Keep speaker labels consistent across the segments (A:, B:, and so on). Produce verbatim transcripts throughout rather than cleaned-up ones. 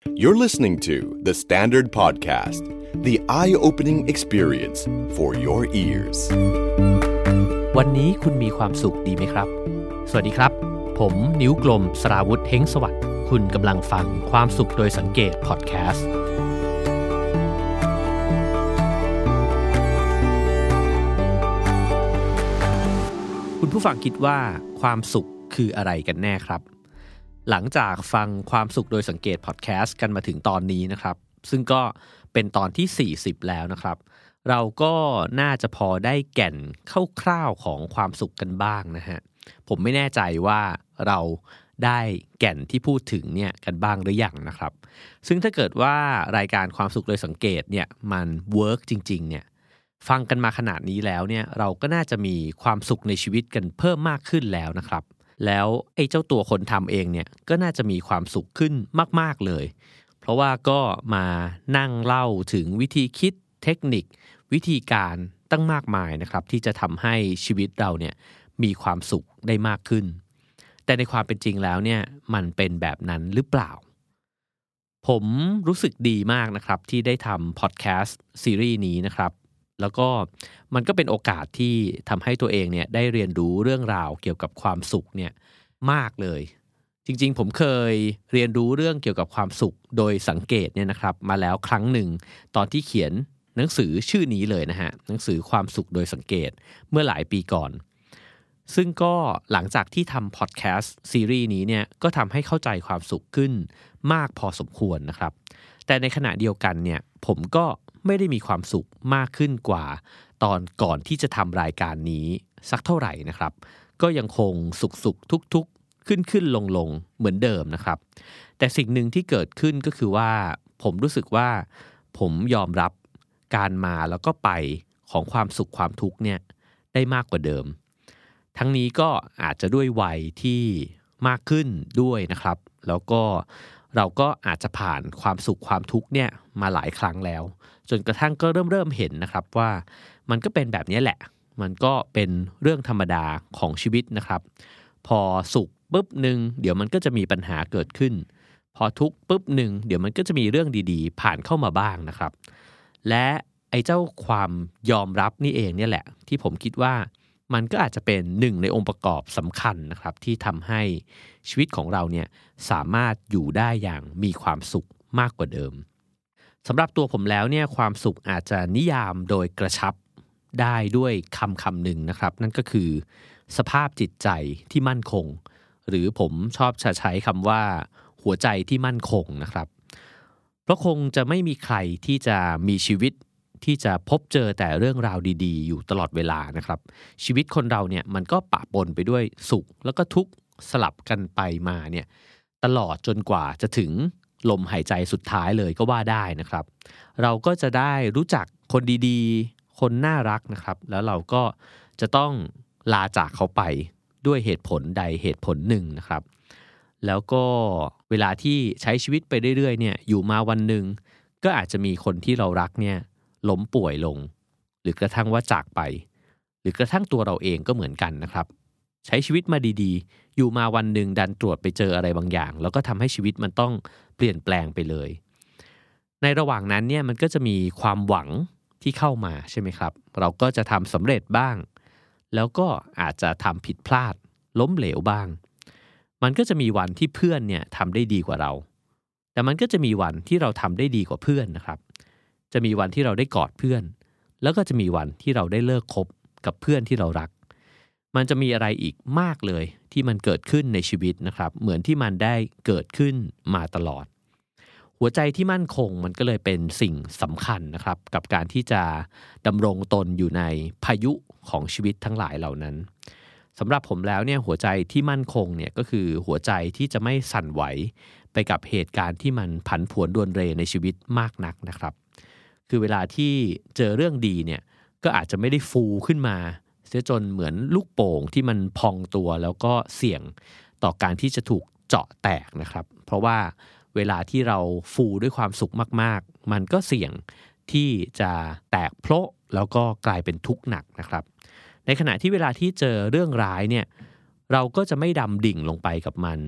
A: You're listening to The Standard Podcast, the eye-opening experience for your ears.
B: วันนี้คุณมีความสุขดีไหมครับสวัสดีครับผมนิ้วกลมสราวุธเฮงสวัสดิ์คุณกำลังฟังความสุขโดยสังเกตพอดแคสต์คุณผู้ฟังคิดว่าความสุขคืออะไรกันแน่ครับหลังจากฟังความสุขโดยสังเกตพอดแคสต์กันมาถึงตอนนี้นะครับซึ่งก็เป็นตอนที่สี่สิบแล้วนะครับเราก็น่าจะพอได้แก่นคร่าวๆของความสุขกันบ้างนะฮะผมไม่แน่ใจว่าเราได้แก่นที่พูดถึงเนี่ยกันบ้างหรือยังนะครับซึ่งถ้าเกิดว่ารายการความสุขโดยสังเกตเนี่ยมันเวิร์กจริงๆเนี่ยฟังกันมาขนาดนี้แล้วเนี่ยเราก็น่าจะมีความสุขในชีวิตกันเพิ่มมากขึ้นแล้วนะครับแล้วไอ้เจ้าตัวคนทำเองเนี่ยก็น่าจะมีความสุขขึ้นมากๆเลยเพราะว่าก็มานั่งเล่าถึงวิธีคิดเทคนิควิธีการตั้งมากมายนะครับที่จะทำให้ชีวิตเราเนี่ยมีความสุขได้มากขึ้นแต่ในความเป็นจริงแล้วเนี่ยมันเป็นแบบนั้นหรือเปล่าผมรู้สึกดีมากนะครับที่ได้ทำพอดแคสต์ซีรีส์นี้นะครับแล้วก็มันก็เป็นโอกาสที่ทำให้ตัวเองเนี่ยได้เรียนรู้เรื่องราวเกี่ยวกับความสุขเนี่ยมากเลยจริงๆผมเคยเรียนรู้เรื่องเกี่ยวกับความสุขโดยสังเกตเนี่ยนะครับมาแล้วครั้งหนึ่งตอนที่เขียนหนังสือชื่อนี้เลยนะฮะหนังสือความสุขโดยสังเกตเมื่อหลายปีก่อนซึ่งก็หลังจากที่ทำพอดแคสต์ซีรีส์นี้เนี่ยก็ทำให้เข้าใจความสุขขึ้นมากพอสมควรนะครับแต่ในขณะเดียวกันเนี่ยผมก็ไม่ได้มีความสุขมากขึ้นกว่าตอนก่อนที่จะทำรายการนี้สักเท่าไหร่นะครับก็ยังคงสุขสุขทุกทุกขึ้นขึ้นลงลงเหมือนเดิมนะครับแต่สิ่งหนึ่งที่เกิดขึ้นก็คือว่าผมรู้สึกว่าผมยอมรับการมาแล้วก็ไปของความสุขความทุกข์เนี่ยได้มากกว่าเดิมทั้งนี้ก็อาจจะด้วยวัยที่มากขึ้นด้วยนะครับแล้วก็เราก็อาจจะผ่านความสุขความทุกข์เนี่ยมาหลายครั้งแล้วจนกระทั่งก็เริ่มเริ่มเห็นนะครับว่ามันก็เป็นแบบนี้แหละมันก็เป็นเรื่องธรรมดาของชีวิตนะครับพอสุขปุ๊บนึงเดี๋ยวมันก็จะมีปัญหาเกิดขึ้นพอทุกข์ปุ๊บนึงเดี๋ยวมันก็จะมีเรื่องดีๆผ่านเข้ามาบ้างนะครับและไอ้เจ้าความยอมรับนี่เองเนี่ยแหละที่ผมคิดว่ามันก็อาจจะเป็นหนึ่งในองค์ประกอบสำคัญนะครับที่ทำให้ชีวิตของเราเนี่ยสามารถอยู่ได้อย่างมีความสุขมากกว่าเดิมสำหรับตัวผมแล้วเนี่ยความสุขอาจจะนิยามโดยกระชับได้ด้วยคำคำหนึ่งนะครับนั่นก็คือสภาพจิตใจที่มั่นคงหรือผมชอบใช้คำว่าหัวใจที่มั่นคงนะครับเพราะคงจะไม่มีใครที่จะมีชีวิตที่จะพบเจอแต่เรื่องราวดีๆอยู่ตลอดเวลานะครับชีวิตคนเราเนี่ยมันก็ปะปนไปด้วยสุขแล้วก็ทุกข์สลับกันไปมาเนี่ยตลอดจนกว่าจะถึงลมหายใจสุดท้ายเลยก็ว่าได้นะครับเราก็จะได้รู้จักคนดีๆคนน่ารักนะครับแล้วเราก็จะต้องลาจากเขาไปด้วยเหตุผลใดเหตุผลหนึ่งนะครับแล้วก็เวลาที่ใช้ชีวิตไปเรื่อยๆเนี่ยอยู่มาวันหนึ่งก็อาจจะมีคนที่เรารักเนี่ยล้มป่วยลงหรือกระทั่งว่าจากไปหรือกระทั่งตัวเราเองก็เหมือนกันนะครับใช้ชีวิตมาดีๆอยู่มาวันหนึ่งดันตรวจไปเจออะไรบางอย่างแล้วก็ทำให้ชีวิตมันต้องเปลี่ยนแปลงไปเลยในระหว่างนั้นเนี่ยมันก็จะมีความหวังที่เข้ามาใช่ไหมครับเราก็จะทำสำเร็จบ้างแล้วก็อาจจะทำผิดพลาดล้มเหลวบ้างมันก็จะมีวันที่เพื่อนเนี่ยทำได้ดีกว่าเราแต่มันก็จะมีวันที่เราทำได้ดีกว่าเพื่อนนะครับจะมีวันที่เราได้กอดเพื่อนแล้วก็จะมีวันที่เราได้เลิกคบกับเพื่อนที่เรารักมันจะมีอะไรอีกมากเลยที่มันเกิดขึ้นในชีวิตนะครับเหมือนที่มันได้เกิดขึ้นมาตลอดหัวใจที่มั่นคงมันก็เลยเป็นสิ่งสำคัญนะครับกับการที่จะดำรงตนอยู่ในพายุของชีวิตทั้งหลายเหล่านั้นสำหรับผมแล้วเนี่ยหัวใจที่มั่นคงเนี่ยก็คือหัวใจที่จะไม่สั่นไหวไปกับเหตุการณ์ที่มันผันผวนรวนเรในชีวิตมากนักนะครับคือเวลาที่เจอเรื่องดีเนี่ยก็อาจจะไม่ได้ฟูขึ้นมาเสียจนเหมือนลูกโป่งที่มันพองตัวแล้วก็เสี่ยงต่อการที่จะถูกเจาะแตกนะครับเพราะว่าเวลาที่เราฟูด้วยความสุขมากๆมันก็เสี่ยงที่จะแตกโพละแล้วก็กลายเป็นทุกข์หนักนะครับในขณะที่เวลาที่เจอเรื่องร้ายเนี่ยเราก็จะไม่ดำดิ่งลงไปกับมัน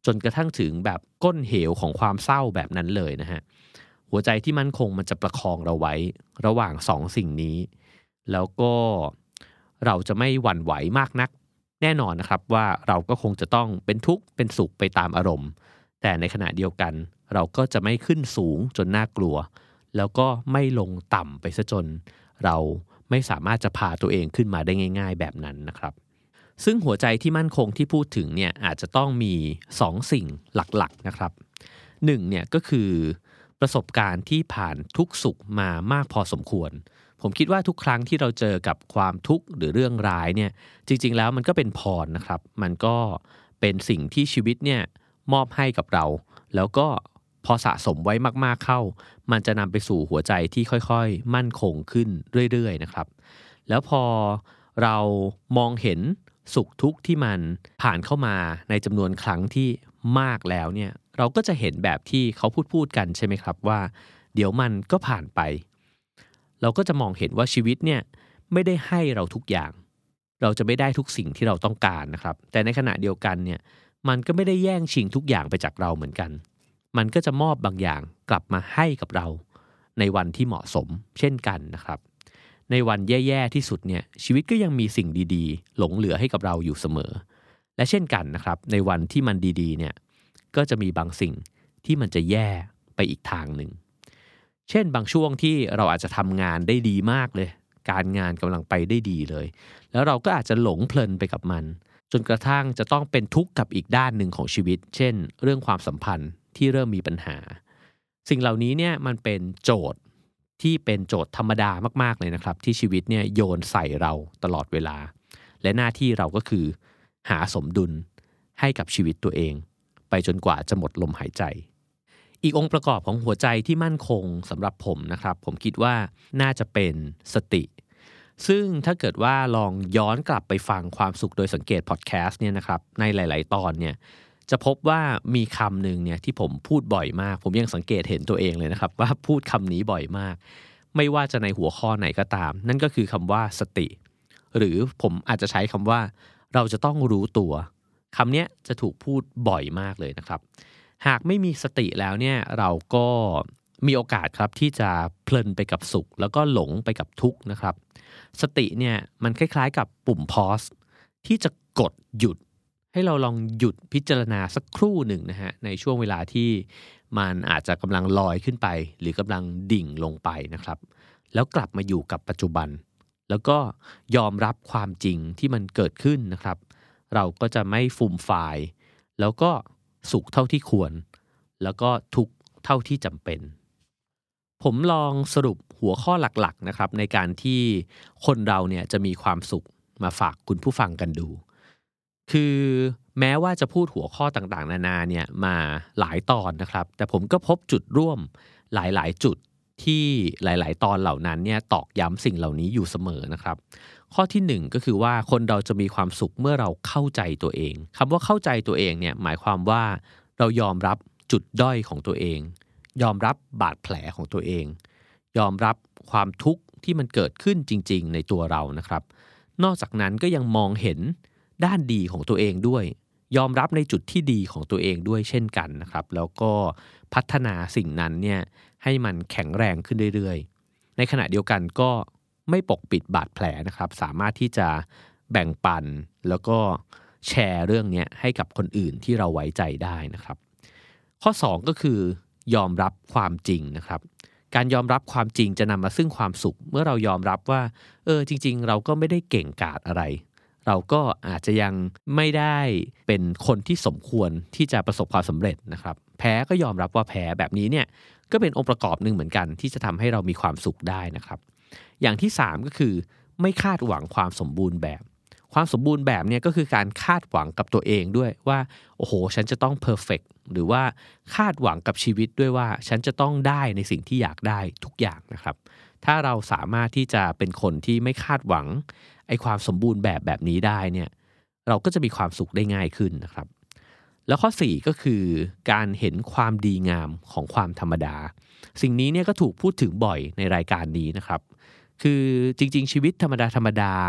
B: จนกระทั่งถึงแบบก้นเหวของความเศร้าแบบนั้นเลยนะฮะหัวใจที่มั่นคงมันจะประคองเราไว้ระหว่างสองสิ่งนี้แล้วก็เราจะไม่หวั่นไหวมากนักแน่นอนนะครับว่าเราก็คงจะต้องเป็นทุกข์เป็นสุขไปตามอารมณ์แต่ในขณะเดียวกันเราก็จะไม่ขึ้นสูงจนน่ากลัวแล้วก็ไม่ลงต่ำไปซะจนเราไม่สามารถจะพาตัวเองขึ้นมาได้ง่ายๆแบบนั้นนะครับซึ่งหัวใจที่มั่นคงที่พูดถึงเนี่ยอาจจะต้องมีสองสิ่งหลักๆนะครับหนึ่งเนี่ยก็คือประสบการณ์ที่ผ่านทุกข์สุขมามากพอสมควรผมคิดว่าทุกครั้งที่เราเจอกับความทุกข์หรือเรื่องร้ายเนี่ยจริงๆแล้วมันก็เป็นพรนะครับมันก็เป็นสิ่งที่ชีวิตเนี่ยมอบให้กับเราแล้วก็พอสะสมไว้มากๆเข้ามันจะนำไปสู่หัวใจที่ค่อยๆมั่นคงขึ้นเรื่อยๆนะครับแล้วพอเรามองเห็นสุขทุกข์ที่มันผ่านเข้ามาในจำนวนครั้งที่มากแล้วเนี่ยเราก็จะเห็นแบบที่เขาพูดพูดกันใช่ไหมครับว่าเดี๋ยวมันก็ผ่านไปเราก็จะมองเห็นว่าชีวิตเนี่ยไม่ได้ให้เราทุกอย่างเราจะไม่ได้ทุกสิ่งที่เราต้องการนะครับแต่ในขณะเดียวกันเนี่ยมันก็ไม่ได้แย่งชิงทุกอย่างไปจากเราเหมือนกันมันก็จะมอบบางอย่างกลับมาให้กับเราในวันที่เหมาะสมเช่นกันนะครับในวันแย่ๆที่สุดเนี่ยชีวิตก็ยังมีสิ่งดีๆหลงเหลือให้กับเราอยู่เสมอและเช่นกันนะครับในวันที่มันดีๆเนี่ยก็จะมีบางสิ่งที่มันจะแย่ไปอีกทางหนึ่งเช่นบางช่วงที่เราอาจจะทำงานได้ดีมากเลยการงานกำลังไปได้ดีเลยแล้วเราก็อาจจะหลงเพลินไปกับมันจนกระทั่งจะต้องเป็นทุกข์กับอีกด้านหนึ่งของชีวิตเช่นเรื่องความสัมพันธ์ที่เริ่มมีปัญหาสิ่งเหล่านี้เนี่ยมันเป็นโจทย์ที่เป็นโจทย์ธรรมดามากๆเลยนะครับที่ชีวิตเนี่ยโยนใส่เราตลอดเวลาและหน้าที่เราก็คือหาสมดุลให้กับชีวิตตัวเองไปจนกว่าจะหมดลมหายใจอีกองค์ประกอบของหัวใจที่มั่นคงสำหรับผมนะครับผมคิดว่าน่าจะเป็นสติซึ่งถ้าเกิดว่าลองย้อนกลับไปฟังความสุขโดยสังเกตพอดแคสต์เนี่ยนะครับในหลายๆตอนเนี่ยจะพบว่ามีคำหนึ่งเนี่ยที่ผมพูดบ่อยมากผมยังสังเกตเห็นตัวเองเลยนะครับว่าพูดคำนี้บ่อยมากไม่ว่าจะในหัวข้อไหนก็ตามนั่นก็คือคำว่าสติหรือผมอาจจะใช้คำว่าเราจะต้องรู้ตัวคำนี้จะถูกพูดบ่อยมากเลยนะครับหากไม่มีสติแล้วเนี่ยเราก็มีโอกาสครับที่จะเพลินไปกับสุขแล้วก็หลงไปกับทุกข์นะครับสติเนี่ยมันคล้ายๆกับปุ่มพอสที่จะกดหยุดให้เราลองหยุดพิจารณาสักครู่หนึ่งนะฮะในช่วงเวลาที่มันอาจจะกำลังลอยขึ้นไปหรือกำลังดิ่งลงไปนะครับแล้วกลับมาอยู่กับปัจจุบันแล้วก็ยอมรับความจริงที่มันเกิดขึ้นนะครับเราก็จะไม่ฟูมฟายแล้วก็สุขเท่าที่ควรแล้วก็ทุกข์เท่าที่จำเป็นผมลองสรุปหัวข้อหลักๆนะครับในการที่คนเราเนี่ยจะมีความสุขมาฝากคุณผู้ฟังกันดูคือแม้ว่าจะพูดหัวข้อต่างๆนานาเนี่ยมาหลายตอนนะครับแต่ผมก็พบจุดร่วมหลายๆจุดที่หลายๆตอนเหล่านั้นเนี่ยตอกย้ำสิ่งเหล่านี้อยู่เสมอนะครับข้อที่หนึ่งก็คือว่าคนเราจะมีความสุขเมื่อเราเข้าใจตัวเองคำว่าเข้าใจตัวเองเนี่ยหมายความว่าเรายอมรับจุดด้อยของตัวเองยอมรับบาดแผลของตัวเองยอมรับความทุกข์ที่มันเกิดขึ้นจริงๆในตัวเรานะครับนอกจากนั้นก็ยังมองเห็นด้านดีของตัวเองด้วยยอมรับในจุดที่ดีของตัวเองด้วยเช่นกันนะครับแล้วก็พัฒนาสิ่งนั้นเนี่ยให้มันแข็งแรงขึ้นเรื่อยๆในขณะเดียวกันก็ไม่ปกปิดบาดแผลนะครับสามารถที่จะแบ่งปันแล้วก็แชร์เรื่องนี้ให้กับคนอื่นที่เราไว้ใจได้นะครับข้อสองก็คือยอมรับความจริงนะครับการยอมรับความจริงจะนำมาซึ่งความสุขเมื่อเรายอมรับว่าเออจริงๆเราก็ไม่ได้เก่งกาจอะไรเราก็อาจจะยังไม่ได้เป็นคนที่สมควรที่จะประสบความสำเร็จนะครับแพ้ก็ยอมรับว่าแพ้แบบนี้เนี่ยก็เป็นองค์ประกอบหนึ่งเหมือนกันที่จะทำให้เรามีความสุขได้นะครับอย่างที่สามก็คือไม่คาดหวังความสมบูรณ์แบบความสมบูรณ์แบบเนี่ยก็คือการคาดหวังกับตัวเองด้วยว่าโอ้โหฉันจะต้องเพอร์เฟกต์หรือว่าคาดหวังกับชีวิตด้วยว่าฉันจะต้องได้ในสิ่งที่อยากได้ทุกอย่างนะครับถ้าเราสามารถที่จะเป็นคนที่ไม่คาดหวังไอ้ความสมบูรณ์แบบแบบนี้ได้เนี่ยเราก็จะมีความสุขได้ง่ายขึ้นนะครับแล้วข้อสี่ก็คือการเห็นความดีงามของความธรรมดาสิ่งนี้เนี่ยก็ถูกพูดถึงบ่อยในรายการนี้นะครับคือจริงๆชีวิตธรรมดาธรรมดา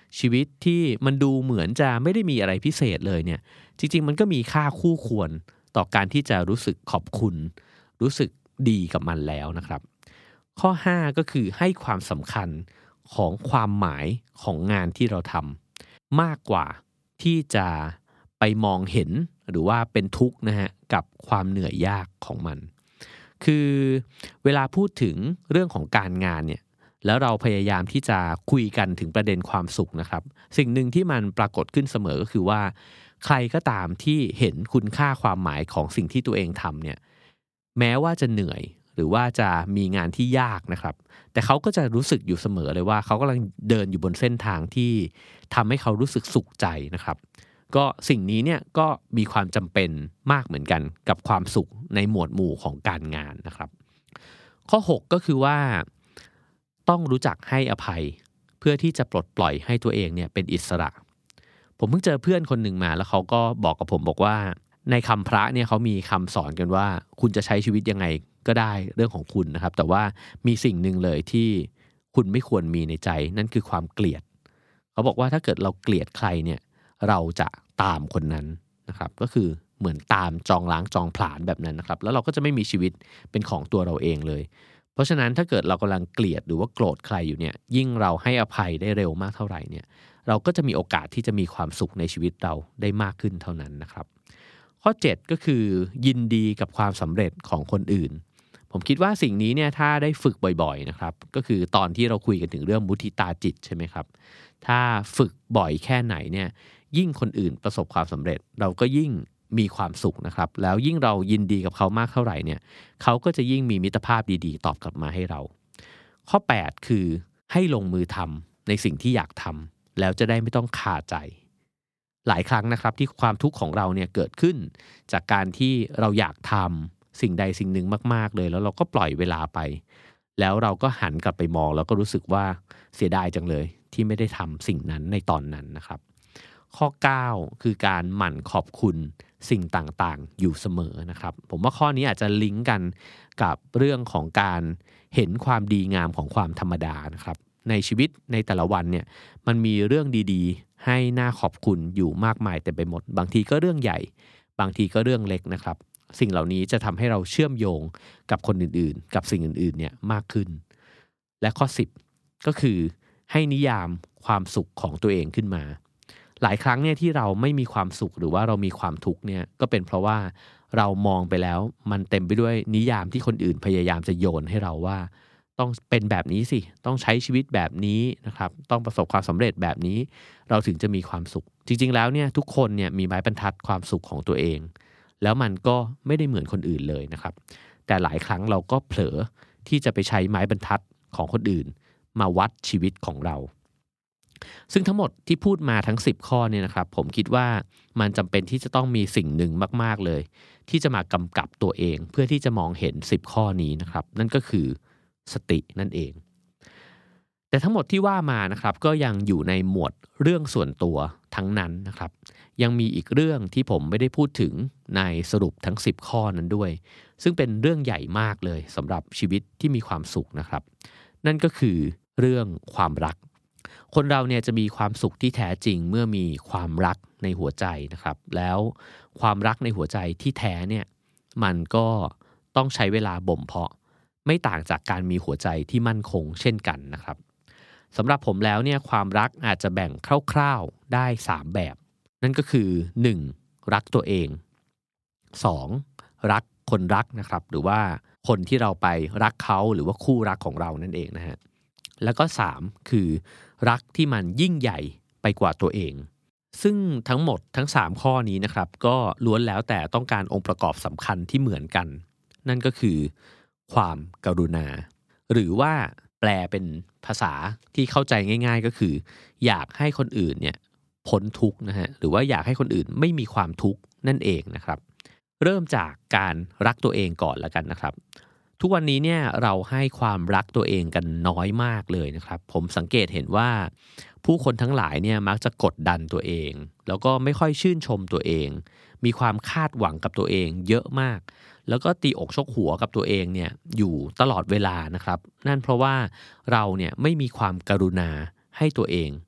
B: ชีวิตที่มันดูเหมือนจะไม่ได้มีอะไรพิเศษเลยเนี่ยจริงๆมันก็มีค่าคู่ควรต่อการที่จะรู้สึกขอบคุณรู้สึกดีกับมันแล้วนะครับข้อห้าก็คือให้ความสำคัญของความหมายของงานที่เราทำมากกว่าที่จะไปมองเห็นหรือว่าเป็นทุกข์นะฮะกับความเหนื่อยยากของมันคือเวลาพูดถึงเรื่องของการงานเนี่ยแล้วเราพยายามที่จะคุยกันถึงประเด็นความสุขนะครับสิ่งหนึ่งที่มันปรากฏขึ้นเสมอก็คือว่าใครก็ตามที่เห็นคุณค่าความหมายของสิ่งที่ตัวเองทำเนี่ยแม้ว่าจะเหนื่อยหรือว่าจะมีงานที่ยากนะครับแต่เขาก็จะรู้สึกอยู่เสมอเลยว่าเขากำลังเดินอยู่บนเส้นทางที่ทำให้เขารู้สึกสุขใจนะครับก็สิ่งนี้เนี่ยก็มีความจำเป็นมากเหมือนกันกับความสุขในหมวดหมู่ของการงานนะครับข้อหกก็คือว่าต้องรู้จักให้อภัยเพื่อที่จะปลดปล่อยให้ตัวเองเนี่ยเป็นอิสระผมเพิ่งเจอเพื่อนคนหนึ่งมาแล้วเขาก็บอกกับผมบอกว่าในคำพระเนี่ยเขามีคำสอนกันว่าคุณจะใช้ชีวิตยังไงก็ได้เรื่องของคุณนะครับแต่ว่ามีสิ่งหนึ่งเลยที่คุณไม่ควรมีในใจนั่นคือความเกลียดเขาบอกว่าถ้าเกิดเราเกลียดใครเนี่ยเราจะตามคนนั้นนะครับก็คือเหมือนตามจองล้างจองผลาญแบบนั้นนะครับแล้วเราก็จะไม่มีชีวิตเป็นของตัวเราเองเลยเพราะฉะนั้นถ้าเกิดเรากำลังเกลียดหรือว่าโกรธใครอยู่เนี่ยยิ่งเราให้อภัยได้เร็วมากเท่าไหร่เนี่ยเราก็จะมีโอกาสที่จะมีความสุขในชีวิตเราได้มากขึ้นเท่านั้นนะครับข้อเจ็ดก็คือยินดีกับความสำเร็จของคนอื่นผมคิดว่าสิ่งนี้เนี่ยถ้าได้ฝึกบ่อยๆนะครับก็คือตอนที่เราคุยกันถึงเรื่องมุทิตาจิตใช่ไหมครับถ้าฝึกบ่อยแค่ไหนเนี่ยยิ่งคนอื่นประสบความสำเร็จเราก็ยิ่งมีความสุขนะครับแล้วยิ่งเรายินดีกับเขามากเท่าไหร่เนี่ยเขาก็จะยิ่งมีมิตรภาพดีๆตอบกลับมาให้เราข้อแปดคือให้ลงมือทำในสิ่งที่อยากทำแล้วจะได้ไม่ต้องคาใจหลายครั้งนะครับที่ความทุกข์ของเราเนี่ยเกิดขึ้นจากการที่เราอยากทำสิ่งใดสิ่งหนึ่งมากๆเลยแล้วเราก็ปล่อยเวลาไปแล้วเราก็หันกลับไปมองแล้วก็รู้สึกว่าเสียดายจังเลยที่ไม่ได้ทำสิ่งนั้นในตอนนั้นนะครับข้อเก้าคือการหมั่นขอบคุณสิ่งต่างๆอยู่เสมอนะครับผมว่าข้อนี้อาจจะลิงก์กันกับเรื่องของการเห็นความดีงามของความธรรมดานะครับในชีวิตในแต่ละวันเนี่ยมันมีเรื่องดีๆให้น่าขอบคุณอยู่มากมายเต็มไปหมดบางทีก็เรื่องใหญ่บางทีก็เรื่องเล็กนะครับสิ่งเหล่านี้จะทำให้เราเชื่อมโยงกับคนอื่นๆกับสิ่งอื่นๆเนี่ยมากขึ้นและข้อสิบก็คือให้นิยามความสุขของตัวเองขึ้นมาหลายครั้งเนี่ยที่เราไม่มีความสุขหรือว่าเรามีความทุกข์เนี่ยก็เป็นเพราะว่าเรามองไปแล้วมันเต็มไปด้วยนิยามที่คนอื่นพยายามจะโยนให้เราว่าต้องเป็นแบบนี้สิต้องใช้ชีวิตแบบนี้นะครับต้องประสบความสำเร็จแบบนี้เราถึงจะมีความสุขจริงๆแล้วเนี่ยทุกคนเนี่ยมีไม้บรรทัดความสุขของตัวเองแล้วมันก็ไม่ได้เหมือนคนอื่นเลยนะครับแต่หลายครั้งเราก็เผลอที่จะไปใช้ไม้บรรทัดของคนอื่นมาวัดชีวิตของเราซึ่งทั้งหมดที่พูดมาทั้งสิบข้อเนี่ยนะครับผมคิดว่ามันจำเป็นที่จะต้องมีสิ่งหนึ่งมากๆเลยที่จะมากำกับตัวเองเพื่อที่จะมองเห็นสิบข้อนี้นะครับนั่นก็คือสตินั่นเองแต่ทั้งหมดที่ว่ามานะครับก็ยังอยู่ในหมวดเรื่องส่วนตัวทั้งนั้นนะครับยังมีอีกเรื่องที่ผมไม่ได้พูดถึงในสรุปทั้งสิบข้อนั้นด้วยซึ่งเป็นเรื่องใหญ่มากเลยสำหรับชีวิตที่มีความสุขนะครับนั่นก็คือเรื่องความรักคนเราเนี่ยจะมีความสุขที่แท้จริงเมื่อมีความรักในหัวใจนะครับแล้วความรักในหัวใจที่แท้เนี่ยมันก็ต้องใช้เวลาบ่มเพาะไม่ต่างจากการมีหัวใจที่มั่นคงเช่นกันนะครับสำหรับผมแล้วเนี่ยความรักอาจจะแบ่งคร่าวๆได้สามแบบนั่นก็คือหนึ่งรักตัวเองสองรักคนรักนะครับหรือว่าคนที่เราไปรักเขาหรือว่าคู่รักของเรานั่นเองนะฮะแล้วก็สามคือรักที่มันยิ่งใหญ่ไปกว่าตัวเองซึ่งทั้งหมดทั้งสามข้อนี้นะครับก็ล้วนแล้วแต่ต้องการองค์ประกอบสำคัญที่เหมือนกันนั่นก็คือความกรุณาหรือว่าแปลเป็นภาษาที่เข้าใจง่ายๆก็คืออยากให้คนอื่นเนี่ยพ้นทุกข์นะฮะหรือว่าอยากให้คนอื่นไม่มีความทุกข์นั่นเองนะครับเริ่มจากการรักตัวเองก่อนแล้วกันนะครับทุกวันนี้เนี่ยเราให้ความรักตัวเองกันน้อยมากเลยนะครับผมสังเกตเห็นว่าผู้คนทั้งหลายเนี่ยมักจะกดดันตัวเองแล้วก็ไม่ค่อยชื่นชมตัวเองมีความคาดหวังกับตัวเองเยอะมากแล้วก็ตีอกชกหัวกับตัวเองเนี่ยอยู่ตลอดเวลานะครับนั่นเพราะว่าเราเนี่ยไม่มีความกรุณาให้ตัวเอง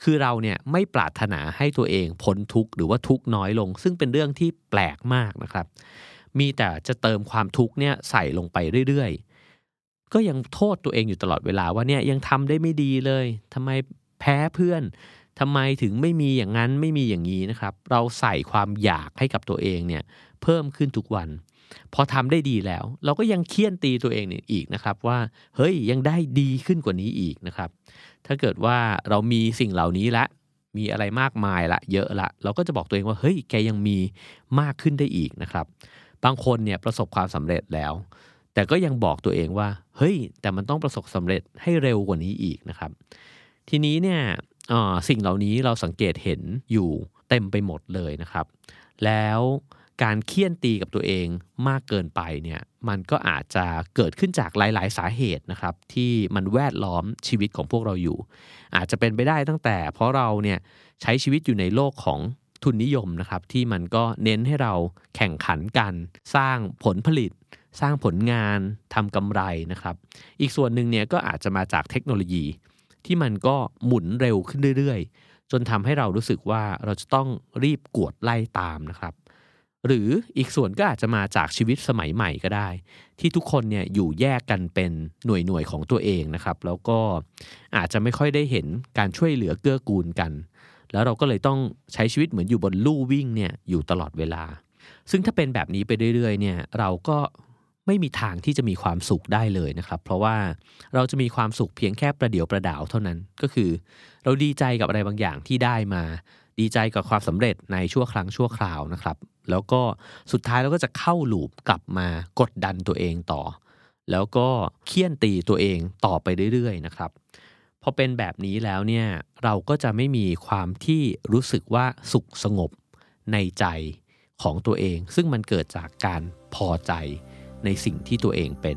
B: คือเราเนี่ยไม่ปรารถนาให้ตัวเองพ้นทุกข์หรือว่าทุกข์น้อยลงซึ่งเป็นเรื่องที่แปลกมากนะครับมีแต่จะเติมความทุกข์เนี่ยใส่ลงไปเรื่อยๆก็ยังโทษตัวเองอยู่ตลอดเวลาว่าเนี่ยยังทำได้ไม่ดีเลยทำไมแพ้เพื่อนทำไมถึงไม่มีอย่างนั้นไม่มีอย่างนี้นะครับเราใส่ความอยากให้กับตัวเองเนี่ยเพิ่มขึ้นทุกวันพอทำได้ดีแล้วเราก็ยังเคี่ยนตีตัวเองเนี่ยอีกนะครับว่าเฮ้ยยังได้ดีขึ้นกว่านี้อีกนะครับถ้าเกิดว่าเรามีสิ่งเหล่านี้ละมีอะไรมากมายละเยอะละเราก็จะบอกตัวเองว่าเฮ้ยแกยังมีมากขึ้นได้อีกนะครับบางคนเนี่ยประสบความสำเร็จแล้วแต่ก็ยังบอกตัวเองว่าเฮ้ยแต่มันต้องประสบสำเร็จให้เร็วกว่านี้อีกนะครับทีนี้เนี่ยสิ่งเหล่านี้เราสังเกตเห็นอยู่เต็มไปหมดเลยนะครับแล้วการเคี่ยนตีกับตัวเองมากเกินไปเนี่ยมันก็อาจจะเกิดขึ้นจากหลายๆสาเหตุนะครับที่มันแวดล้อมชีวิตของพวกเราอยู่อาจจะเป็นไปได้ตั้งแต่เพราะเราเนี่ยใช้ชีวิตอยู่ในโลกของทุนนิยมนะครับที่มันก็เน้นให้เราแข่งขันกันสร้างผลผลิตสร้างผลงานทำกำไรนะครับอีกส่วนหนึ่งเนี่ยก็อาจจะมาจากเทคโนโลยีที่มันก็หมุนเร็วขึ้นเรื่อยๆจนทำให้เรารู้สึกว่าเราจะต้องรีบกวดไล่ตามนะครับหรืออีกส่วนก็อาจจะมาจากชีวิตสมัยใหม่ก็ได้ที่ทุกคนเนี่ยอยู่แยกกันเป็นหน่วยหน่วยของตัวเองนะครับแล้วก็อาจจะไม่ค่อยได้เห็นการช่วยเหลือเกื้อกูลกันแล้วเราก็เลยต้องใช้ชีวิตเหมือนอยู่บนลู่วิ่งเนี่ยอยู่ตลอดเวลาซึ่งถ้าเป็นแบบนี้ไปเรื่อยๆเนี่ยเราก็ไม่มีทางที่จะมีความสุขได้เลยนะครับเพราะว่าเราจะมีความสุขเพียงแค่ประเดี๋ยวประดาวเท่านั้นก็คือเราดีใจกับอะไรบางอย่างที่ได้มาดีใจกับความสำเร็จในชั่วครั้งชั่วคราวนะครับแล้วก็สุดท้ายเราก็จะเข้าลูปกลับมากดดันตัวเองต่อแล้วก็เคี่ยนตีตัวเองต่อไปเรื่อยๆนะครับพอเป็นแบบนี้แล้วเนี่ยเราก็จะไม่มีความที่รู้สึกว่าสุขสงบในใจของตัวเองซึ่งมันเกิดจากการพอใจในสิ่งที่ตัวเองเป็น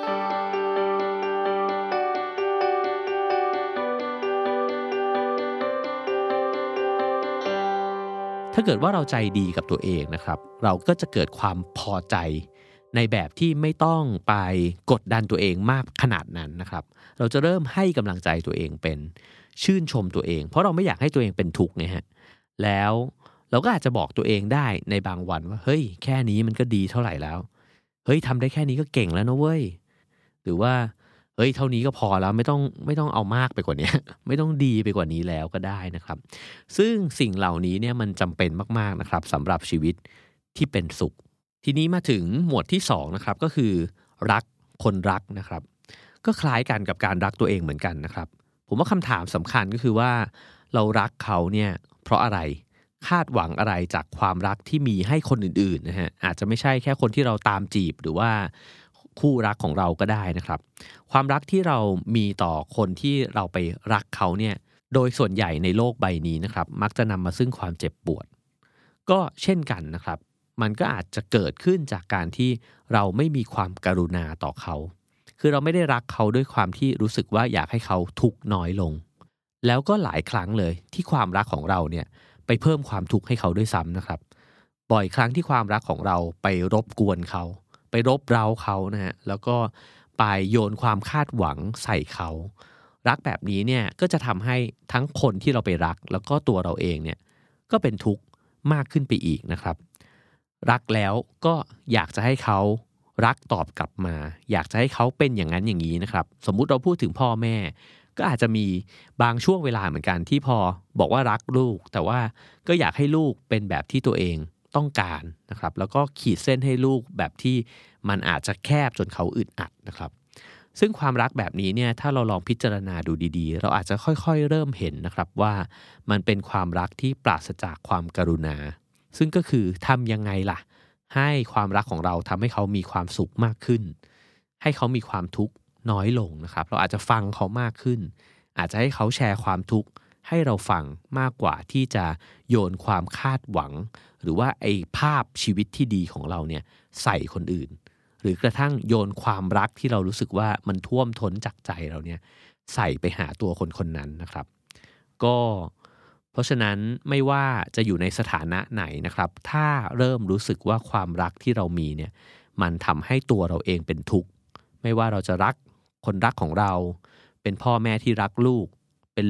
B: ถ้าเกิดว่าเราใจดีกับตัวเองนะครับเราก็จะเกิดความพอใจในแบบที่ไม่ต้องไปกดดันตัวเองมากขนาดนั้นนะครับเราจะเริ่มให้กำลังใจตัวเองเป็นชื่นชมตัวเองเพราะเราไม่อยากให้ตัวเองเป็นทุกข์ไงฮะแล้วเราก็อาจจะบอกตัวเองได้ในบางวันว่าเฮ้ยแค่นี้มันก็ดีเท่าไหร่แล้วเฮ้ยทำได้แค่นี้ก็เก่งแล้วนะเว้ยหรือว่าเฮ้ยเท่านี้ก็พอแล้วไม่ต้องไม่ต้องเอามากไปกว่านี้ ไม่ต้องดีไปกว่านี้แล้วก็ได้นะครับซึ่งสิ่งเหล่านี้เนี่ยมันจำเป็นมากๆนะครับสำหรับชีวิตที่เป็นสุขทีนี้มาถึงหมวดที่สองนะครับก็คือรักคนรักนะครับก็คล้ายกันกับการรักตัวเองเหมือนกันนะครับผมว่าคำถามสำคัญก็คือว่าเรารักเขาเนี่ยเพราะอะไรคาดหวังอะไรจากความรักที่มีให้คนอื่นๆนะฮะอาจจะไม่ใช่แค่คนที่เราตามจีบหรือว่าคู่รักของเราก็ได้นะครับความรักที่เรามีต่อคนที่เราไปรักเขาเนี่ยโดยส่วนใหญ่ในโลกใบนี้นะครับมักจะนำมาซึ่งความเจ็บปวดก็เช่นกันนะครับมันก็อาจจะเกิดขึ้นจากการที่เราไม่มีความกรุณาต่อเขาคือเราไม่ได้รักเขาด้วยความที่รู้สึกว่าอยากให้เขาทุกข์น้อยลงแล้วก็หลายครั้งเลยที่ความรักของเราเนี่ยไปเพิ่มความทุกข์ให้เขาด้วยซ้ำนะครับบ่อยครั้งที่ความรักของเราไปรบกวนเขาไปรบเร้าเขานะฮะแล้วก็ไปโยนความคาดหวังใส่เขารักแบบนี้เนี่ยก็จะทำให้ทั้งคนที่เราไปรักแล้วก็ตัวเราเองเนี่ยก็เป็นทุกข์มากขึ้นไปอีกนะครับรักแล้วก็อยากจะให้เขารักตอบกลับมาอยากจะให้เขาเป็นอย่างนั้นอย่างนี้นะครับสมมุติเราพูดถึงพ่อแม่ก็อาจจะมีบางช่วงเวลาเหมือนกันที่พอบอกว่ารักลูกแต่ว่าก็อยากให้ลูกเป็นแบบที่ตัวเองต้องการนะครับแล้วก็ขีดเส้นให้ลูกแบบที่มันอาจจะแคบจนเขาอึดอัดนะครับซึ่งความรักแบบนี้เนี่ยถ้าเราลองพิจารณาดูดีๆเราอาจจะค่อยๆเริ่มเห็นนะครับว่ามันเป็นความรักที่ปราศจากความกรุณาซึ่งก็คือทำยังไงล่ะให้ความรักของเราทำให้เขามีความสุขมากขึ้นให้เขามีความทุกข์น้อยลงนะครับเราอาจจะฟังเขามากขึ้นอาจจะให้เขาแชร์ความทุกข์ให้เราฟังมากกว่าที่จะโยนความคาดหวังหรือว่าไอ้ภาพชีวิตที่ดีของเราเนี่ยใส่คนอื่นหรือกระทั่งโยนความรักที่เรารู้สึกว่ามันท่วมท้นจากใจเราเนี่ยใส่ไปหาตัวคนคนนั้นนะครับก็เพราะฉะนั้นไม่ว่าจะอยู่ในสถานะไหนนะครับถ้าเริ่มรู้สึกว่าความรักที่เรามีเนี่ยมันทำให้ตัวเราเองเป็นทุกข์ไม่ว่าเราจะรักคนรักของเราเป็นพ่อแม่ที่รักลูกเป็นลูก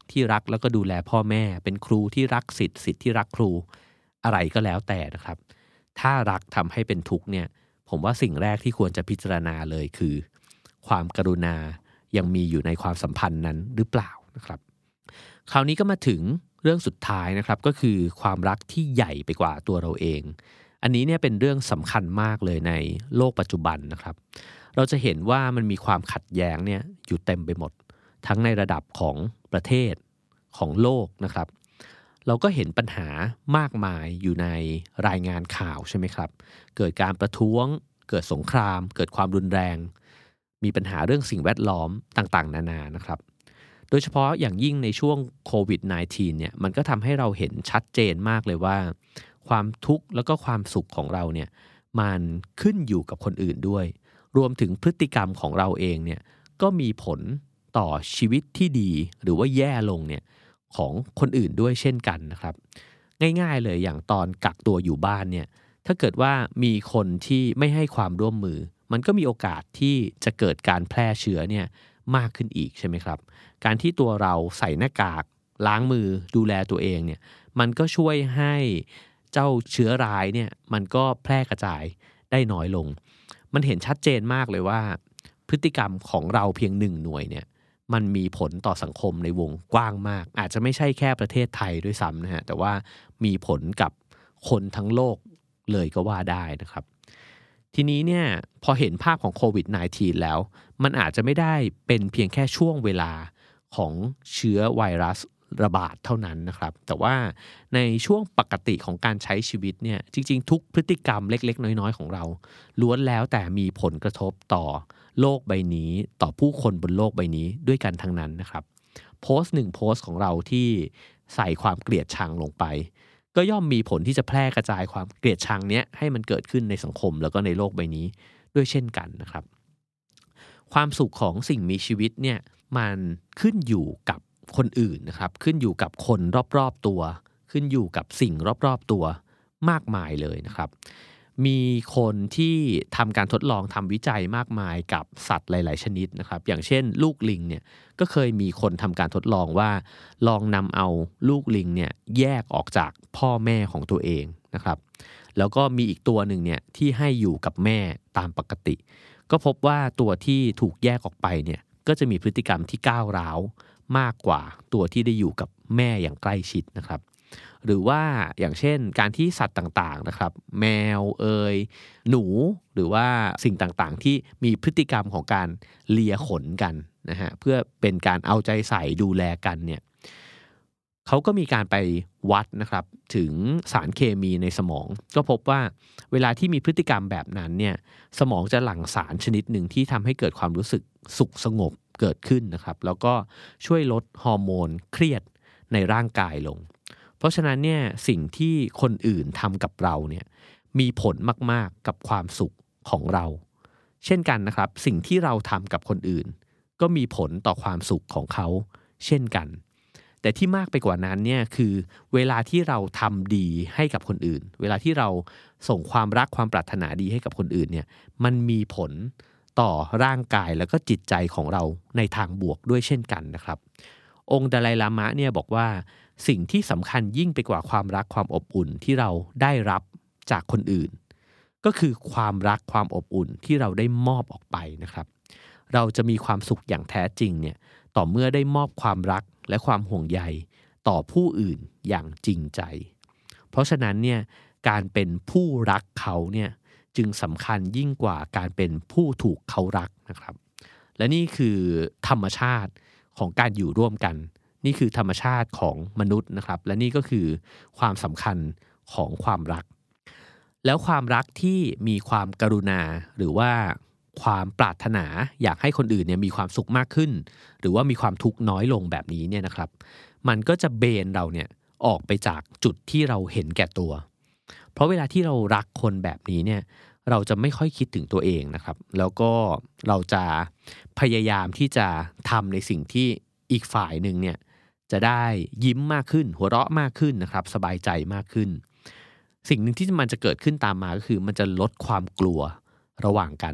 B: ที่รักแล้วก็ดูแลพ่อแม่เป็นครูที่รักศิษย์ศิษย์ที่รักครูอะไรก็แล้วแต่นะครับถ้ารักทำให้เป็นทุกข์เนี่ยผมว่าสิ่งแรกที่ควรจะพิจารณาเลยคือความกรุณายังมีอยู่ในความสัมพันธ์นั้นหรือเปล่านะครับคราวนี้ก็มาถึงเรื่องสุดท้ายนะครับก็คือความรักที่ใหญ่ไปกว่าตัวเราเองอันนี้เนี่ยเป็นเรื่องสำคัญมากเลยในโลกปัจจุบันนะครับเราจะเห็นว่ามันมีความขัดแย้งเนี่ยอยู่เต็มไปหมดทั้งในระดับของประเทศของโลกนะครับเราก็เห็นปัญหามากมายอยู่ในรายงานข่าวใช่ไหมครับเกิดการประท้วงเกิดสงครามเกิดความรุนแรงมีปัญหาเรื่องสิ่งแวดล้อมต่างๆนานานะครับโดยเฉพาะอย่างยิ่งในช่วงโควิด สิบเก้า เนี่ยมันก็ทำให้เราเห็นชัดเจนมากเลยว่าความทุกข์แล้วก็ความสุขของเราเนี่ยมันขึ้นอยู่กับคนอื่นด้วยรวมถึงพฤติกรรมของเราเองเนี่ยก็มีผลต่อชีวิตที่ดีหรือว่าแย่ลงเนี่ยของคนอื่นด้วยเช่นกันนะครับง่ายๆเลยอย่างตอนกักตัวอยู่บ้านเนี่ยถ้าเกิดว่ามีคนที่ไม่ให้ความร่วมมือมันก็มีโอกาสที่จะเกิดการแพร่เชื้อเนี่ยมากขึ้นอีกใช่ไหมครับการที่ตัวเราใส่หน้ากากล้างมือดูแลตัวเองเนี่ยมันก็ช่วยให้เจ้าเชื้อร้ายเนี่ยมันก็แพร่กระจายได้น้อยลงมันเห็นชัดเจนมากเลยว่าพฤติกรรมของเราเพียงหนึ่งหน่วยเนี่ยมันมีผลต่อสังคมในวงกว้างมากอาจจะไม่ใช่แค่ประเทศไทยด้วยซ้ำนะฮะแต่ว่ามีผลกับคนทั้งโลกเลยก็ว่าได้นะครับทีนี้เนี่ยพอเห็นภาพของโควิด สิบเก้า แล้วมันอาจจะไม่ได้เป็นเพียงแค่ช่วงเวลาของเชื้อไวรัสระบาดเท่านั้นนะครับแต่ว่าในช่วงปกติของการใช้ชีวิตเนี่ยจริงๆทุกพฤติกรรมเล็กๆน้อยๆของเราล้วนแล้วแต่มีผลกระทบต่อโลกใบนี้ต่อผู้คนบนโลกใบนี้ด้วยกันทั้งนั้นนะครับโพสต์หนึ่งโพสต์ของเราที่ใส่ความเกลียดชังลงไปก็ย่อมมีผลที่จะแพร่กระจายความเกลียดชังเนี้ยให้มันเกิดขึ้นในสังคมแล้วก็ในโลกใบนี้ด้วยเช่นกันนะครับความสุขของสิ่งมีชีวิตเนี่ยมันขึ้นอยู่กับคนอื่นนะครับขึ้นอยู่กับคนรอบๆตัวขึ้นอยู่กับสิ่งรอบๆตัวมากมายเลยนะครับมีคนที่ทำการทดลองทำวิจัยมากมายกับสัตว์หลายๆชนิดนะครับอย่างเช่นลูกลิงเนี่ยก็เคยมีคนทำการทดลองว่าลองนำเอาลูกลิงเนี่ยแยกออกจากพ่อแม่ของตัวเองนะครับแล้วก็มีอีกตัวหนึ่งเนี่ยที่ให้อยู่กับแม่ตามปกติก็พบว่าตัวที่ถูกแยกออกไปเนี่ยก็จะมีพฤติกรรมที่ก้าวร้าวมากกว่าตัวที่ได้อยู่กับแม่อย่างใกล้ชิดนะครับหรือว่าอย่างเช่นการที่สัตว์ต่างๆนะครับแมวเอยหนูหรือว่าสิ่งต่างๆที่มีพฤติกรรมของการเลียขนกันนะฮะเพื่อเป็นการเอาใจใส่ดูแลกันเนี่ยเขาก็มีการไปวัดนะครับถึงสารเคมีในสมองก็พบว่าเวลาที่มีพฤติกรรมแบบนั้นเนี่ยสมองจะหลั่งสารชนิดหนึ่งที่ทำให้เกิดความรู้สึกสุขสงบเกิดขึ้นนะครับแล้วก็ช่วยลดฮอร์โมนเครียดในร่างกายลงเพราะฉะนั้นเนี่ยสิ่งที่คนอื่นทำกับเราเนี่ยมีผลมากๆกับความสุขของเราเช่นกันนะครับสิ่งที่เราทำกับคนอื่นก็มีผลต่อความสุขของเขาเช่นกันแต่ที่มากไปกว่านั้นเนี่ยคือเวลาที่เราทำดีให้กับคนอื่นเวลาที่เราส่งความรักความปรารถนาดีให้กับคนอื่นเนี่ยมันมีผลต่อร่างกายแล้วก็จิตใจของเราในทางบวกด้วยเช่นกันนะครับองค์ดาไลลามะเนี่ยบอกว่าสิ่งที่สำคัญยิ่งไปกว่าความรักความอบอุ่นที่เราได้รับจากคนอื่นก็คือความรักความอบอุ่นที่เราได้มอบออกไปนะครับเราจะมีความสุขอย่างแท้จริงเนี่ยต่อเมื่อได้มอบความรักและความห่วงใยต่อผู้อื่นอย่างจริงใจเพราะฉะนั้นเนี่ยการเป็นผู้รักเขาเนี่ยจึงสำคัญยิ่งกว่าการเป็นผู้ถูกเขารักนะครับและนี่คือธรรมชาติของการอยู่ร่วมกันนี่คือธรรมชาติของมนุษย์นะครับและนี่ก็คือความสำคัญของความรักแล้วความรักที่มีความกรุณาหรือว่าความปรารถนาอยากให้คนอื่นเนี่ยมีความสุขมากขึ้นหรือว่ามีความทุกข์น้อยลงแบบนี้เนี่ยนะครับมันก็จะเบนเราเนี่ยออกไปจากจุดที่เราเห็นแก่ตัวเพราะเวลาที่เรารักคนแบบนี้เนี่ยเราจะไม่ค่อยคิดถึงตัวเองนะครับแล้วก็เราจะพยายามที่จะทำในสิ่งที่อีกฝ่ายหนึ่งเนี่ยจะได้ยิ้มมากขึ้นหัวเราะมากขึ้นนะครับสบายใจมากขึ้นสิ่งหนึ่งที่มันจะเกิดขึ้นตามมาก็คือมันจะลดความกลัวระหว่างกัน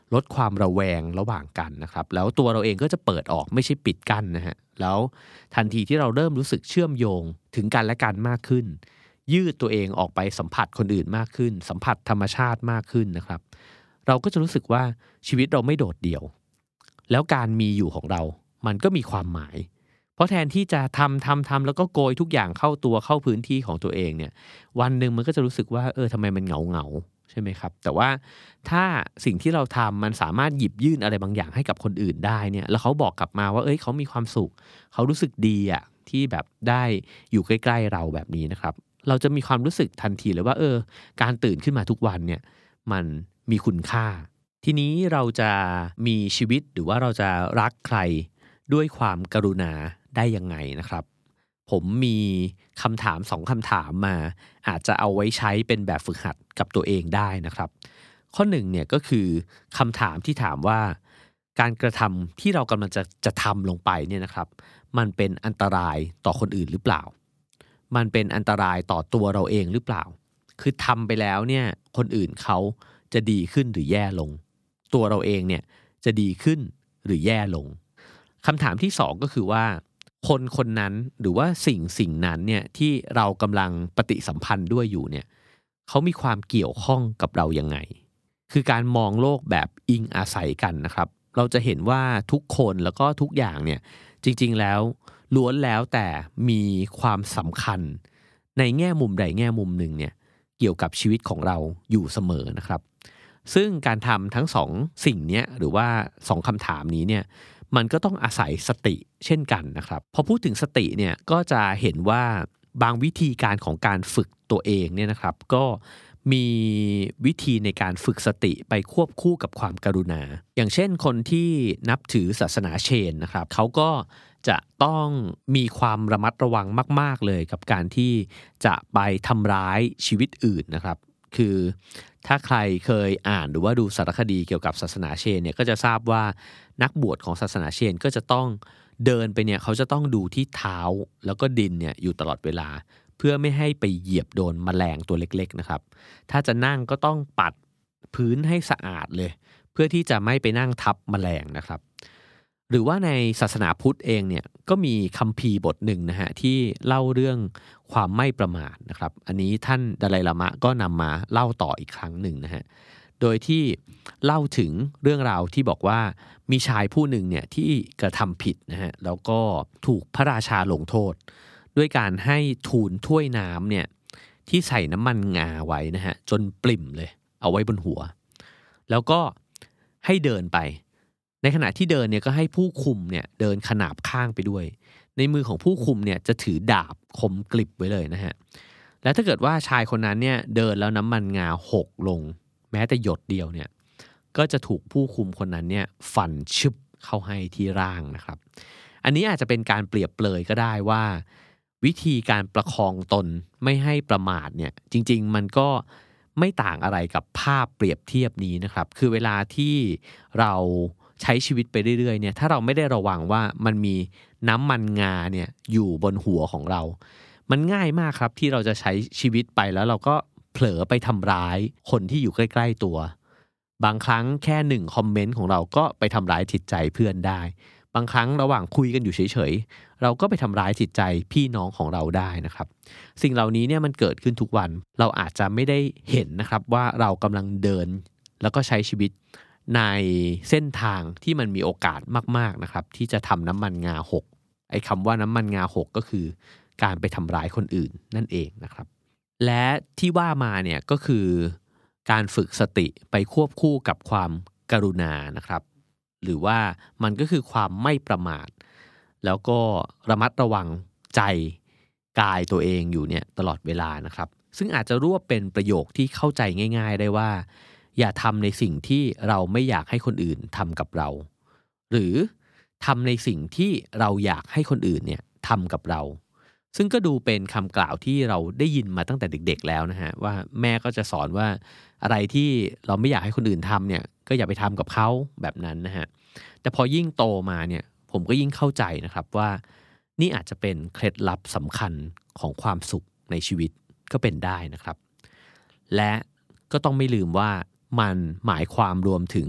B: ลดความระแวงระหว่างกันนะครับแล้วตัวเราเองก็จะเปิดออกไม่ใช่ปิดกั้นนะฮะแล้วทันทีที่เราเริ่มรู้สึกเชื่อมโยงถึงกันและกันมากขึ้นยืดตัวเองออกไปสัมผัสคนอื่นมากขึ้นสัมผัสธรรมชาติมากขึ้นนะครับเราก็จะรู้สึกว่าชีวิตเราไม่โดดเดี่ยวแล้วการมีอยู่ของเรามันก็มีความหมายเพราะแทนที่จะทำทำทำแล้วก็โกยทุกอย่างเข้าตัวเข้าพื้นที่ของตัวเองเนี่ยวันหนึ่งมันก็จะรู้สึกว่าเออทำไมมันเหงาเหงาใช่ไหมครับแต่ว่าถ้าสิ่งที่เราทำมันสามารถหยิบยื่นอะไรบางอย่างให้กับคนอื่นได้เนี่ยแล้วเขาบอกกลับมาว่าเอ้ยเขามีความสุขเขารู้สึกดีอ่ะที่แบบได้อยู่ใกล้ๆเราแบบนี้นะครับเราจะมีความรู้สึกทันทีเลยว่าเออการตื่นขึ้นมาทุกวันเนี่ยมันมีคุณค่าทีนี้เราจะมีชีวิตหรือว่าเราจะรักใครด้วยความกรุณาได้ยังไงนะครับผมมีคำถามสองคำถามมาอาจจะเอาไว้ใช้เป็นแบบฝึกหัดกับตัวเองได้นะครับข้อหนึ่งเนี่ยก็คือคำถามที่ถามว่าการกระทำที่เรากำลังจะจะทำลงไปเนี่ยนะครับมันเป็นอันตรายต่อคนอื่นหรือเปล่ามันเป็นอันตรายต่อตัวเราเองหรือเปล่าคือทำไปแล้วเนี่ยคนอื่นเขาจะดีขึ้นหรือแย่ลงตัวเราเองเนี่ยจะดีขึ้นหรือแย่ลงคำถามที่สองก็คือว่าคนคนนั้นหรือว่าสิ่งสิ่งนั้นเนี่ยที่เรากำลังปฏิสัมพันธ์ด้วยอยู่เนี่ยเขามีความเกี่ยวข้องกับเรายังไงคือการมองโลกแบบอิงอาศัยกันนะครับเราจะเห็นว่าทุกคนแล้วก็ทุกอย่างเนี่ยจริงๆแล้วล้วนแล้วแต่มีความสำคัญในแง่มุมใดแง่มุมหนึ่งเนี่ยเกี่ยวกับชีวิตของเราอยู่เสมอนะครับซึ่งการทำทั้งสองสิ่งนี้หรือว่าสองคำถามนี้เนี่ยมันก็ต้องอาศัยสติเช่นกันนะครับพอพูดถึงสติเนี่ยก็จะเห็นว่าบางวิธีการของการฝึกตัวเองเนี่ยนะครับก็มีวิธีในการฝึกสติไปควบคู่กับความกรุณาอย่างเช่นคนที่นับถือศาสนาเชนนะครับเขาก็จะต้องมีความระมัดระวังมากๆเลยกับการที่จะไปทำร้ายชีวิตอื่นนะครับคือถ้าใครเคยอ่านหรือว่าดูสารคดีเกี่ยวกับศาสนาเชนเนี่ยก็จะทราบว่านักบวชของศาสนาเชนก็จะต้องเดินไปเนี่ยเขาจะต้องดูที่เท้าแล้วก็ดินเนี่ยอยู่ตลอดเวลาเพื่อไม่ให้ไปเหยียบโดนแมลงตัวเล็กๆนะครับถ้าจะนั่งก็ต้องปัดพื้นให้สะอาดเลยเพื่อที่จะไม่ไปนั่งทับแมลงนะครับหรือว่าในศาสนาพุทธเองเนี่ยก็มีคัมภีร์บทหนึ่งนะฮะที่เล่าเรื่องความไม่ประมาทนะครับอันนี้ท่านดาไลลามะก็นำมาเล่าต่ออีกครั้งหนึ่งนะฮะโดยที่เล่าถึงเรื่องราวที่บอกว่ามีชายผู้หนึ่งเนี่ยที่กระทำผิดนะฮะแล้วก็ถูกพระราชาลงโทษด้วยการให้ทูลถ้วยน้ำเนี่ยที่ใส่น้ำมันงาไว้นะฮะจนปริ่มเลยเอาไว้บนหัวแล้วก็ให้เดินไปในขณะที่เดินเนี่ยก็ให้ผู้คุมเนี่ยเดินขนาบข้างไปด้วยในมือของผู้คุมเนี่ยจะถือดาบคมกริบไว้เลยนะฮะและถ้าเกิดว่าชายคนนั้นเนี่ยเดินแล้วน้ำมันงาหกลงแม้แต่หยดเดียวเนี่ยก็จะถูกผู้คุมคนนั้นเนี่ยฟันชึบเข้าให้ที่ร่างนะครับอันนี้อาจจะเป็นการเปรียบเปรยก็ได้ว่าวิธีการประคองตนไม่ให้ประมาทเนี่ยจริงๆมันก็ไม่ต่างอะไรกับภาพเปรียบเทียบนี้นะครับคือเวลาที่เราใช้ชีวิตไปเรื่อยๆเนี่ยถ้าเราไม่ได้ระวังว่ามันมีน้ำมันงาเนี่ยอยู่บนหัวของเรามันง่ายมากครับที่เราจะใช้ชีวิตไปแล้วเราก็เผลอไปทำร้ายคนที่อยู่ใกล้ๆตัวบางครั้งแค่หนึ่งคอมเมนต์ของเราก็ไปทำร้ายจิตใจเพื่อนได้บางครั้งระหว่างคุยกันอยู่เฉยๆเราก็ไปทำร้ายจิตใจพี่น้องของเราได้นะครับสิ่งเหล่านี้เนี่ยมันเกิดขึ้นทุกวันเราอาจจะไม่ได้เห็นนะครับว่าเรากำลังเดินแล้วก็ใช้ชีวิตในเส้นทางที่มันมีโอกาสมากๆนะครับที่จะทำน้ำมันงาหกไอ้คำว่าน้ำมันงาหกก็คือการไปทำร้ายคนอื่นนั่นเองนะครับและที่ว่ามาเนี่ยก็คือการฝึกสติไปควบคู่กับความกรุณานะครับหรือว่ามันก็คือความไม่ประมาทแล้วก็ระมัดระวังใจกายตัวเองอยู่เนี่ยตลอดเวลานะครับซึ่งอาจจะรวบเป็นประโยคที่เข้าใจง่ายๆได้ว่าอย่าทำในสิ่งที่เราไม่อยากให้คนอื่นทำกับเราหรือทำในสิ่งที่เราอยากให้คนอื่นเนี่ยทำกับเราซึ่งก็ดูเป็นคำกล่าวที่เราได้ยินมาตั้งแต่เด็กๆแล้วนะฮะว่าแม่ก็จะสอนว่าอะไรที่เราไม่อยากให้คนอื่นทำเนี่ยก็อย่าไปทำกับเขาแบบนั้นนะฮะแต่พอยิ่งโตมาเนี่ยผมก็ยิ่งเข้าใจนะครับว่านี่อาจจะเป็นเคล็ดลับสำคัญของความสุขในชีวิตก็เป็นได้นะครับและก็ต้องไม่ลืมว่ามันหมายความรวมถึง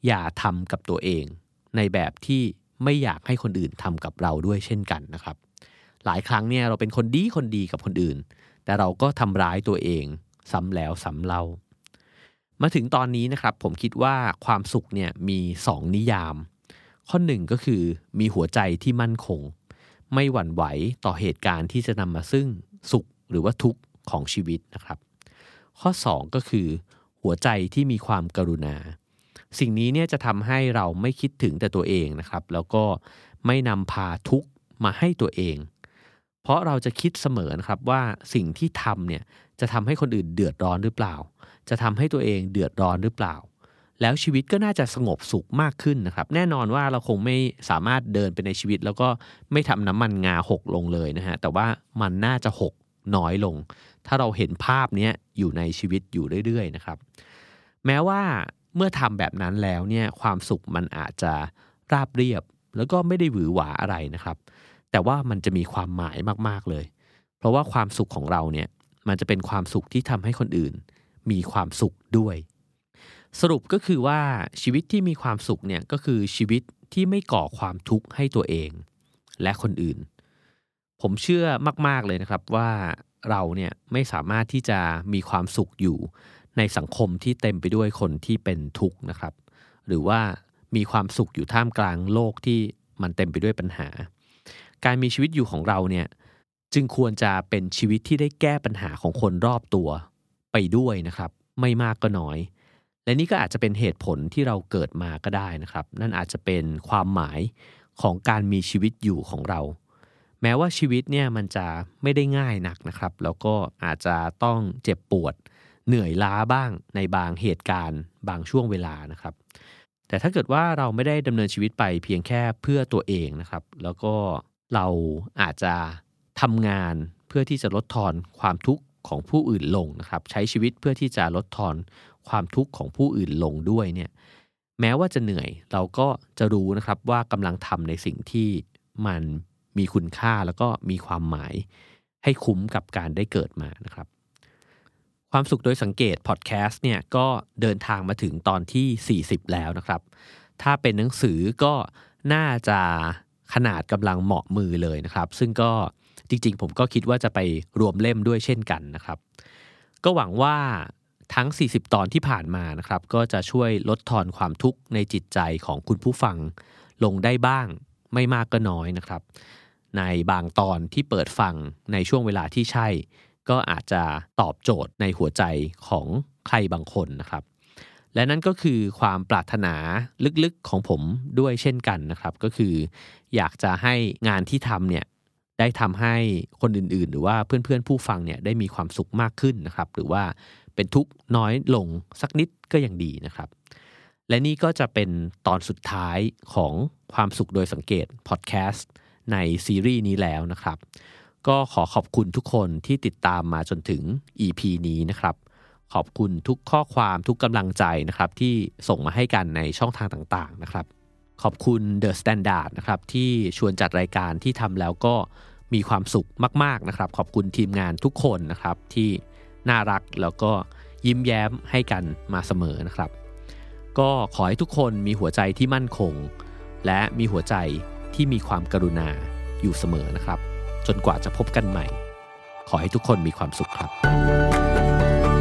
B: อย่าทำกับตัวเองในแบบที่ไม่อยากให้คนอื่นทำกับเราด้วยเช่นกันนะครับหลายครั้งเนี่ยเราเป็นคนดีคนดีกับคนอื่นแต่เราก็ทำร้ายตัวเองซ้ำแล้วซ้ำเล่ามาถึงตอนนี้นะครับผมคิดว่าความสุขเนี่ยมีสองนิยามข้อหนึ่งก็คือมีหัวใจที่มั่นคงไม่หวั่นไหวต่อเหตุการณ์ที่จะนำมาซึ่งสุขหรือว่าทุกข์ของชีวิตนะครับข้อสองก็คือหัวใจที่มีความกรุณาสิ่งนี้เนี่ยจะทำให้เราไม่คิดถึงแต่ตัวเองนะครับแล้วก็ไม่นำพาทุกข์มาให้ตัวเองเพราะเราจะคิดเสมอนะครับว่าสิ่งที่ทำเนี่ยจะทำให้คนอื่นเดือดร้อนหรือเปล่าจะทำให้ตัวเองเดือดร้อนหรือเปล่าแล้วชีวิตก็น่าจะสงบสุขมากขึ้นนะครับแน่นอนว่าเราคงไม่สามารถเดินไปในชีวิตแล้วก็ไม่ทำน้ำมันงาหกลงเลยนะฮะแต่ว่ามันน่าจะหกน้อยลงถ้าเราเห็นภาพนี้อยู่ในชีวิตอยู่เรื่อยๆนะครับแม้ว่าเมื่อทำแบบนั้นแล้วเนี่ยความสุขมันอาจจะราบเรียบแล้วก็ไม่ได้หวือหวาอะไรนะครับแต่ว่ามันจะมีความหมายมากๆเลยเพราะว่าความสุขของเราเนี่ยมันจะเป็นความสุขที่ทำให้คนอื่นมีความสุขด้วยสรุปก็คือว่าชีวิตที่มีความสุขเนี่ยก็คือชีวิตที่ไม่ก่อความทุกข์ให้ตัวเองและคนอื่นผมเชื่อมากๆเลยนะครับว่าเราเนี่ยไม่สามารถที่จะมีความสุขอยู่ในสังคมที่เต็มไปด้วยคนที่เป็นทุกข์นะครับหรือว่ามีความสุขอยู่ท่ามกลางโลกที่มันเต็มไปด้วยปัญหาการมีชีวิตอยู่ของเราเนี่ยจึงควรจะเป็นชีวิตที่ได้แก้ปัญหาของคนรอบตัวไปด้วยนะครับไม่มากก็น้อยและนี่ก็อาจจะเป็นเหตุผลที่เราเกิดมาก็ได้นะครับนั่นอาจจะเป็นความหมายของการมีชีวิตอยู่ของเราแม้ว่าชีวิตเนี่ยมันจะไม่ได้ง่ายนักนะครับแล้วก็อาจจะต้องเจ็บปวดเหนื่อยล้าบ้างในบางเหตุการณ์บางช่วงเวลานะครับแต่ถ้าเกิดว่าเราไม่ได้ดำเนินชีวิตไปเพียงแค่เพื่อตัวเองนะครับแล้วก็เราอาจจะทำงานเพื่อที่จะลดทอนความทุกข์ของผู้อื่นลงนะครับใช้ชีวิตเพื่อที่จะลดทอนความทุกข์ของผู้อื่นลงด้วยเนี่ยแม้ว่าจะเหนื่อยเราก็จะรู้นะครับว่ากำลังทำในสิ่งที่มันมีคุณค่าแล้วก็มีความหมายให้คุ้มกับการได้เกิดมานะครับความสุขโดยสังเกตพอดแคสต์เนี่ยก็เดินทางมาถึงตอนที่สี่สิบแล้วนะครับถ้าเป็นหนังสือก็น่าจะขนาดกำลังเหมาะมือเลยนะครับซึ่งก็จริงๆผมก็คิดว่าจะไปรวมเล่มด้วยเช่นกันนะครับก็หวังว่าทั้งสี่สิบตอนที่ผ่านมานะครับก็จะช่วยลดทอนความทุกข์ในจิตใจของคุณผู้ฟังลงได้บ้างไม่มากก็น้อยนะครับในบางตอนที่เปิดฟังในช่วงเวลาที่ใช่ก็อาจจะตอบโจทย์ในหัวใจของใครบางคนนะครับและนั่นก็คือความปรารถนาลึกๆของผมด้วยเช่นกันนะครับก็คืออยากจะให้งานที่ทำเนี่ยได้ทำให้คนอื่นๆหรือว่าเพื่อนๆผู้ฟังเนี่ยได้มีความสุขมากขึ้นนะครับหรือว่าเป็นทุกข์น้อยลงสักนิดก็ยังดีนะครับและนี่ก็จะเป็นตอนสุดท้ายของความสุขโดยสังเกตพอดแคสต์ในซีรีส์นี้แล้วนะครับก็ขอขอบคุณทุกคนที่ติดตามมาจนถึง อี พี นี้นะครับขอบคุณทุกข้อความทุกกำลังใจนะครับที่ส่งมาให้กันในช่องทางต่างๆนะครับขอบคุณ The Standard นะครับที่ชวนจัดรายการที่ทำแล้วก็มีความสุขมากๆนะครับขอบคุณทีมงานทุกคนนะครับที่น่ารักแล้วก็ยิ้มแย้มให้กันมาเสมอนะครับก็ขอให้ทุกคนมีหัวใจที่มั่นคงและมีหัวใจที่มีความกรุณาอยู่เสมอนะครับจนกว่าจะพบกันใหม่ขอให้ทุกคนมีความสุขครับ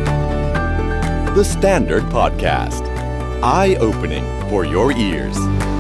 A: The Standard Podcast Eye Opening for Your Ears